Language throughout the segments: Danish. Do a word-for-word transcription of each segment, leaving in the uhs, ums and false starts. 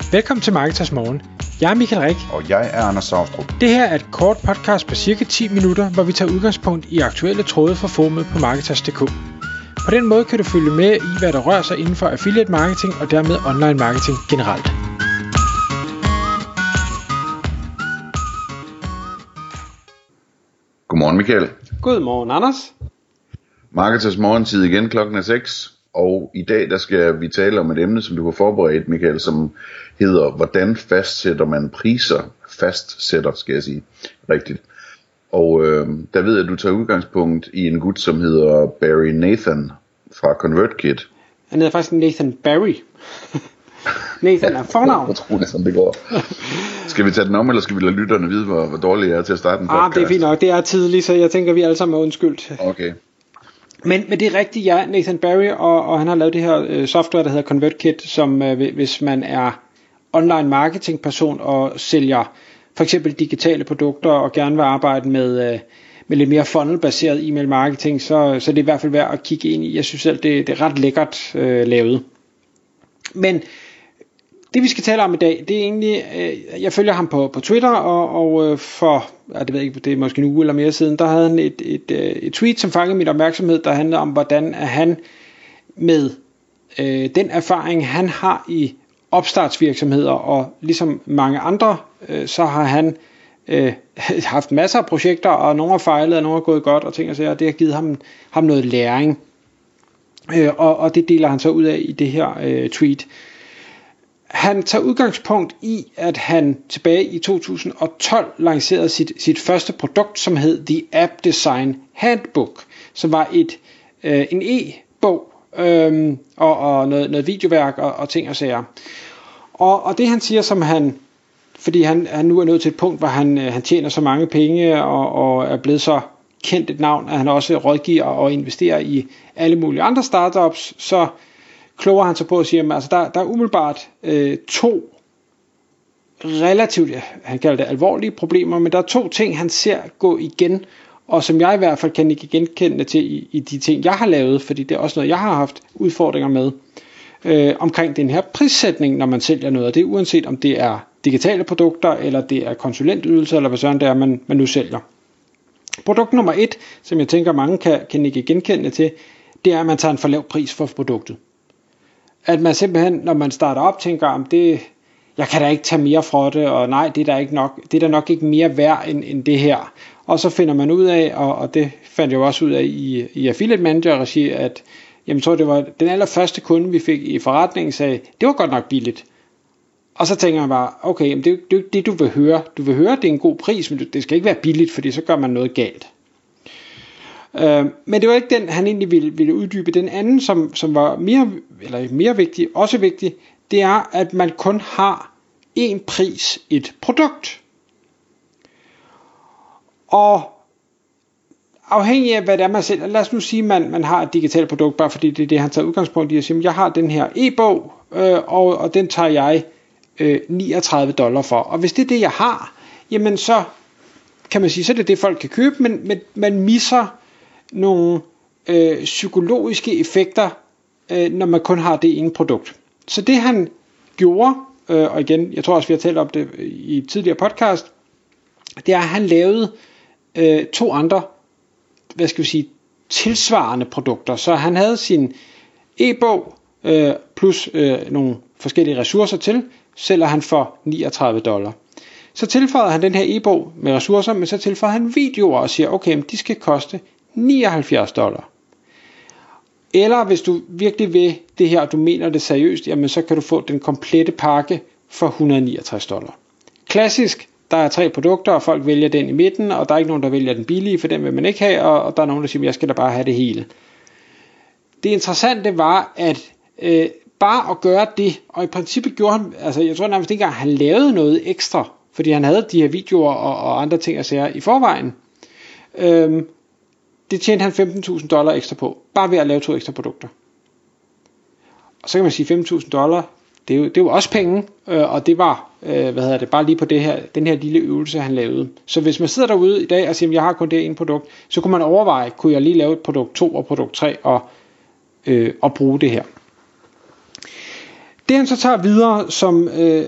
Velkommen til Marketers Morgen. Jeg er Michael Rik. Og jeg er Anders Saustrup. Det her er et kort podcast på cirka ti minutter, hvor vi tager udgangspunkt i aktuelle tråde fra forumet på Marketers punktum d k. På den måde kan du følge med i, hvad der rører sig inden for affiliate marketing og dermed online marketing generelt. Godmorgen Michael. Godmorgen Anders. Marketers morgentid igen, klokken er seks. Og i dag der skal vi tale om et emne, som du har forberedt, Michael, som hedder, hvordan fastsætter man priser? Fastsætter, skal jeg sige. Rigtigt. Og øh, der ved jeg, at du tager udgangspunkt i en gut, som hedder Barry Nathan fra ConvertKit. Han hedder faktisk Nathan Barry. Nathan er fornavn. Jeg tror, det er sådan, det går. Skal vi tage den om, eller skal vi lade lytterne vide, hvor, hvor dårligt jeg er til at starte en podcast? Ah, det er fint nok. Det er tidligt, så jeg tænker, vi alle sammen er undskyldt. Okay. Men, men det er rigtigt, ja, Nathan Barry, og, og han har lavet det her øh, software, der hedder ConvertKit, som øh, hvis man er online marketing person og sælger for eksempel digitale produkter og gerne vil arbejde med, øh, med lidt mere funnel-baseret e-mail marketing, så, så det er i hvert fald værd at kigge ind i. Jeg synes selv, det, det er ret lækkert øh, lavet. Men det vi skal tale om i dag, det er egentlig, øh, jeg følger ham på, på Twitter, og, og øh, for, ja, det ved jeg ikke, det er måske en uge eller mere siden, der havde han et, et, et, et tweet, som fangede min opmærksomhed, der handlede om, hvordan han med øh, den erfaring, han har i opstartsvirksomheder, og ligesom mange andre, øh, så har han øh, haft masser af projekter, og nogle har fejlet, og nogle har gået godt, og ting og sager, og det har givet ham, ham noget læring, øh, og, og det deler han så ud af i det her øh, tweet. Han tager udgangspunkt i, at han tilbage i to tusind og tolv lancerede sit, sit første produkt, som hed The App Design Handbook, som var et, øh, en e-bog øh, og, og noget, noget videoværk og, og ting og sager. Og, og det han siger, som han, fordi han, han nu er nået til et punkt, hvor han, han tjener så mange penge og, og er blevet så kendt et navn, at han også rådgiver og investerer i alle mulige andre startups, så kloger han sig på at sige, at altså der, der er umiddelbart øh, to relativt, ja, han kalder det alvorlige problemer, men der er to ting, han ser gå igen, og som jeg i hvert fald kan ikke genkende til i, i de ting, jeg har lavet, fordi det er også noget, jeg har haft udfordringer med, øh, omkring den her prissætning, når man sælger noget, og det er uanset om det er digitale produkter, eller det er konsulentydelser, eller hvad sådan det er, man, man nu sælger. Produkt nummer et, som jeg tænker, mange kan, kan ikke genkende til, det er, at man tager en for lav pris for produktet. At man simpelthen, når man starter op, tænker, om det, jeg kan da ikke tage mere fra det, og nej, det er da ikke nok, det er da nok ikke mere værd end, end det her. Og så finder man ud af, og, og det fandt jeg også ud af i, i Affiliate Manager-regi, at jeg tror, det var den allerførste kunde, vi fik i forretningen, sagde, det var godt nok billigt. Og så tænker man bare, okay, det er jo det, det, du vil høre. Du vil høre, det er en god pris, men det skal ikke være billigt, fordi så gør man noget galt. Uh, men det var ikke den, han egentlig ville, ville uddybe. Den anden, som, som var mere, eller mere vigtig, også vigtig, det er, at man kun har én pris, et produkt. Og afhængig af, hvad det er, man selv, lad os nu sige, at man, man har et digitalt produkt, bare fordi det er det, han tager udgangspunkt i, at sige, jeg har den her e-bog, øh, og, og den tager jeg øh, niogtredive dollar for. Og hvis det er det, jeg har, jamen så kan man sige, så er det det, folk kan købe, men, men man misser nogle øh, psykologiske effekter, øh, når man kun har det ene produkt. Så det han gjorde, øh, og igen, jeg tror også vi har talt om det i et tidligere podcast, det er at han lavede øh, to andre, hvad skal vi sige, tilsvarende produkter. Så han havde sin e-bog øh, plus øh, nogle forskellige ressourcer til, sælger han for niogtredive dollar. Så tilføjede han den her e-bog med ressourcer, men så tilføjede han videoer og siger, okay, de skal koste nioghalvfjerds dollar. Eller hvis du virkelig vil det her, og du mener det seriøst, jamen så kan du få den komplette pakke for et hundrede og niogtres dollar. Klassisk, der er tre produkter, og folk vælger den i midten, og der er ikke nogen, der vælger den billige, for den vil man ikke have, og, og der er nogen, der siger, jeg skal da bare have det hele. Det interessante var, at øh, bare at gøre det, og i princippet gjorde han, altså jeg tror nærmest ikke engang, han lavede noget ekstra, fordi han havde de her videoer og, og andre ting at sige i forvejen. Øhm, det tjente han femten tusind dollar ekstra på, bare ved at lave to ekstra produkter. Og så kan man sige femten tusind dollar, det er jo, det er jo også penge, øh, og det var, øh, hvad hedder det, bare lige på det her, den her lille øvelse, han lavede. Så hvis man sidder derude i dag og siger, jeg har kun det ene produkt, så kunne man overveje, kunne jeg lige lave et produkt to og produkt tre og, øh, og bruge det her. Det han så tager videre, som, øh,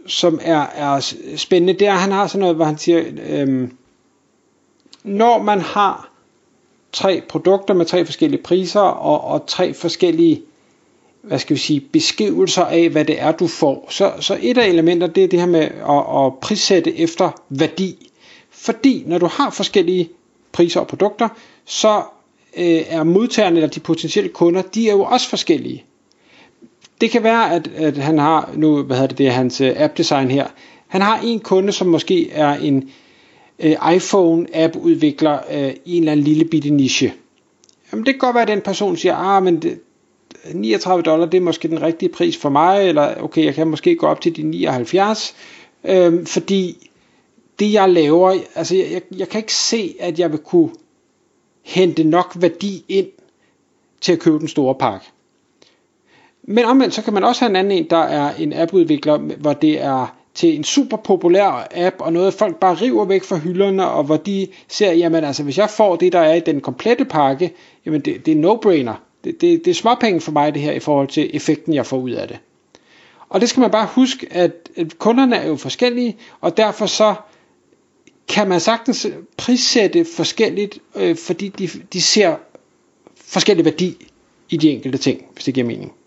som er, er spændende, det er, at han har sådan noget, hvor han siger, øhm, når man har tre produkter med tre forskellige priser, og, og tre forskellige, hvad skal vi sige, beskrivelser af, hvad det er, du får, så, så et af elementerne, det er det her med at, at prissætte efter værdi. Fordi når du har forskellige priser og produkter, så øh, er modtagerne, eller de potentielle kunder, de er jo også forskellige. Det kan være, at, at han har, nu hvad hedder det, det er hans uh, app-design her, han har en kunde, som måske er en uh, iPhone-app-udvikler uh, i en eller anden lille bitte niche. Jamen det kan godt være, at den person siger, ah, men det, niogtredive dollar, det er måske den rigtige pris for mig, eller okay, jeg kan måske gå op til de nioghalvfjerds, øh, fordi det jeg laver, altså jeg, jeg, jeg kan ikke se, at jeg vil kunne hente nok værdi ind til at købe den store pakke. Men omvendt, så kan man også have en anden en, der er en appudvikler, hvor det er til en super populær app, og noget folk bare river væk fra hylderne, og hvor de ser, jamen altså, hvis jeg får det, der er i den komplette pakke, jamen det, det er no-brainer. Det, det, det er småpenge for mig det her, i forhold til effekten, jeg får ud af det. Og det skal man bare huske, at, at kunderne er jo forskellige, og derfor så kan man sagtens prissætte forskelligt, øh, fordi de, de ser forskellig værdi i de enkelte ting, hvis det giver mening.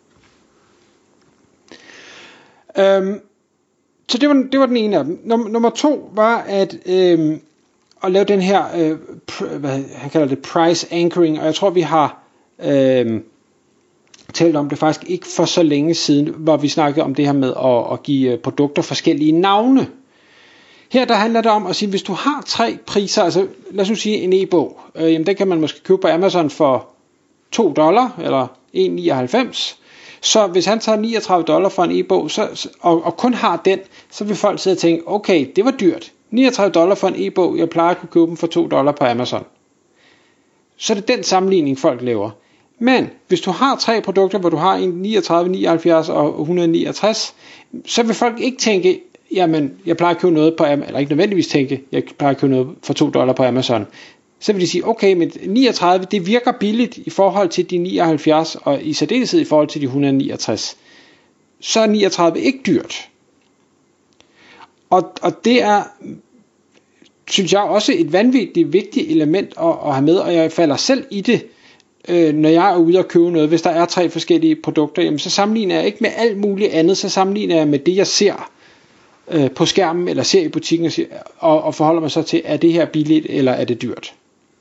Øhm, så det var, det var den ene af dem. Num- nummer to var at, øhm, at lave den her, øh, pr- hvad han kalder det, price anchoring, og jeg tror vi har øhm, talt om det faktisk ikke for så længe siden, hvor vi snakkede om det her med at, at give produkter forskellige navne. Her der handler det om at sige, hvis du har tre priser, altså lad os nu sige en e-bog, øh, jamen den kan man måske købe på Amazon for to dollar, eller en komma nioghalvfems. Så hvis han tager niogtredive dollar for en e-bog, så, og, og kun har den, så vil folk sidde og tænke, okay, det var dyrt. niogtredive dollar for en e-bog, jeg plejer at kunne købe dem for to dollar på Amazon. Så det er den sammenligning, folk laver. Men hvis du har tre produkter, hvor du har en niogtredive, nioghalvfjerds og et hundrede og niogtres, så vil folk ikke tænke, jamen, jeg plejer at købe noget på Amazon, eller ikke nødvendigvis tænke, jeg plejer at købe noget for to dollar på Amazon. Så vil de sige, okay, men niogtredive, det virker billigt i forhold til de nioghalvfjerds, og i særdeleshed i forhold til de et hundrede og niogtres. Så er niogtredive ikke dyrt. Og, og det er, synes jeg, også et vanvittigt vigtigt element at, at have med, og jeg falder selv i det, øh, når jeg er ude og købe noget. Hvis der er tre forskellige produkter, jamen, så sammenligner jeg ikke med alt muligt andet, så sammenligner jeg med det, jeg ser øh, på skærmen, eller ser i butikken, og, siger, og, og forholder mig så til, er det her billigt, eller er det dyrt?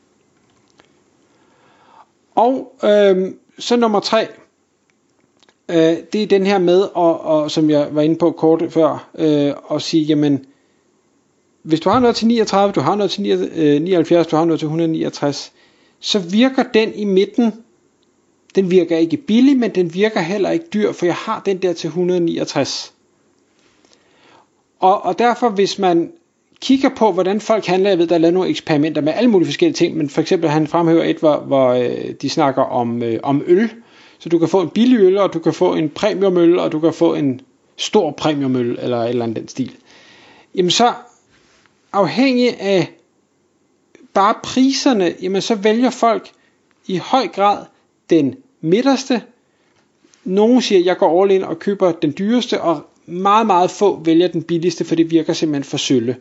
Og øh, så nummer tre, øh, det er den her med, og, og, som jeg var inde på kort før, øh, at sige, jamen, hvis du har noget til niogtredive, du har noget til nioghalvfjerds, du har noget til et hundrede og niogtres, så virker den i midten, den virker ikke billig, men den virker heller ikke dyr, for jeg har den der til et hundrede og niogtres. Og, og derfor, hvis man kigger på, hvordan folk handler, jeg ved, der er lavet nogle eksperimenter med alle mulige forskellige ting, men for eksempel han fremhæver et, hvor, hvor øh, de snakker om, øh, om øl, så du kan få en billig øl, og du kan få en premiumøl, og du kan få en stor premiumøl, eller et eller andet den stil. Jamen så, afhængig af bare priserne, jamen så vælger folk i høj grad den midterste. Nogle siger, jeg går all in og køber den dyreste, og meget, meget få vælger den billigste, for det virker simpelthen for sølle.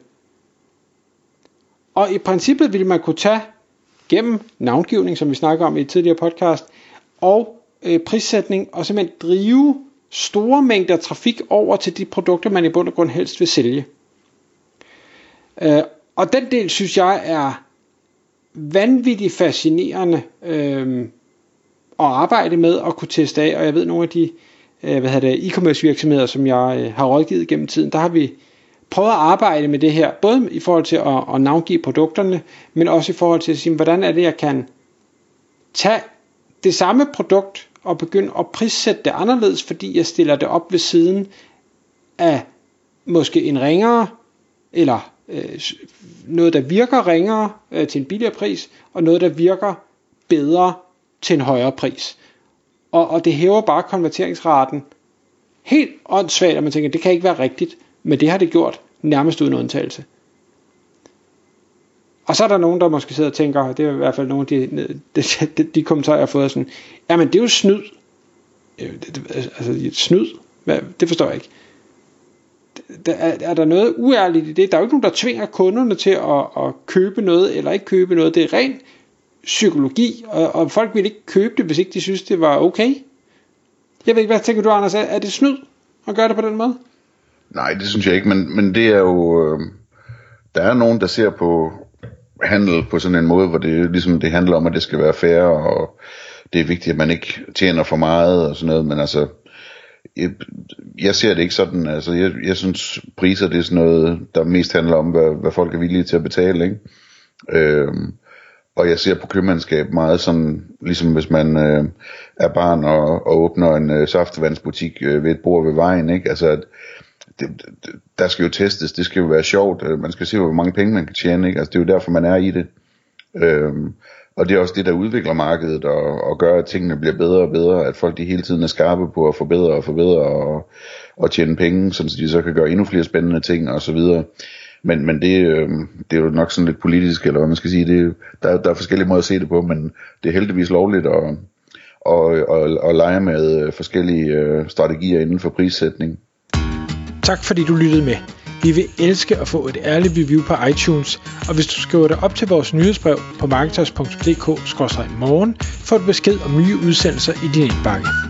Og i princippet ville man kunne tage gennem navngivning, som vi snakker om i et tidligere podcast, og øh, prissætning, og simpelthen drive store mængder trafik over til de produkter, man i bund og grund helst vil sælge. Øh, og den del, synes jeg, er vanvittigt fascinerende øh, at arbejde med og kunne teste af, og jeg ved, nogle af de øh, hvad hedder det, e-commerce virksomheder, som jeg øh, har rådgivet gennem tiden, der har vi prøvet at arbejde med det her, både i forhold til at, at navngive produkterne, men også i forhold til at sige, hvordan er det, jeg kan tage det samme produkt og begynde at prissætte det anderledes, fordi jeg stiller det op ved siden af måske en ringere, eller øh, noget, der virker ringere øh, til en billigere pris, og noget, der virker bedre til en højere pris. Og, og det hæver bare konverteringsraten helt åndssvagt, og man tænker, det kan ikke være rigtigt, men det har det gjort nærmest uden undtagelse. Og så er der nogen, der måske sidder og tænker, det er i hvert fald nogle af de, de, de, de kommentarer, jeg har fået, sådan, jamen det er jo snyd. Altså snyd, det forstår jeg ikke. der er, er der noget uærligt i det? Der er jo ikke nogen, der tvinger kunderne til at, at købe noget eller ikke købe noget. Det er ren psykologi, og, og folk vil ikke købe det, hvis ikke de synes, det var okay. Jeg ved ikke, hvad tænker du, Anders? Er, er det snyd at gøre det på den måde? Nej, det synes jeg ikke, men, men det er jo... Øh, der er nogen, der ser på handel på sådan en måde, hvor det ligesom det handler om, at det skal være fair, og det er vigtigt, at man ikke tjener for meget og sådan noget, men altså... Jeg, jeg ser det ikke sådan, altså jeg, jeg synes priser det er sådan noget, der mest handler om, hvad, hvad folk er villige til at betale, ikke? Øhm, og jeg ser på købmandskab meget sådan, ligesom hvis man øh, er barn og, og åbner en øh, saftevandsbutik øh, ved et bord ved vejen, ikke? Altså at det, det, der skal jo testes, det skal jo være sjovt, man skal se hvor mange penge man kan tjene, ikke? Altså det er jo derfor man er i det. Øhm, Og det er også det, der udvikler markedet og, og gør, at tingene bliver bedre og bedre, at folk de hele tiden er skarpe på at forbedre og forbedre og, og tjene penge, så de så kan gøre endnu flere spændende ting og så videre. Men, men det, øh, det er jo nok sådan lidt politisk, eller hvad man skal sige. Det, der, der er forskellige måder at se det på, men det er heldigvis lovligt at, at, at, at lege med forskellige øh, strategier inden for prissætning. Tak fordi du lyttede med. Vi vil elske at få et ærligt review på iTunes, og hvis du skriver dig op til vores nyhedsbrev på marketers punktum d k skråstreg morgen, får du besked om nye udsendelser i din indbakke.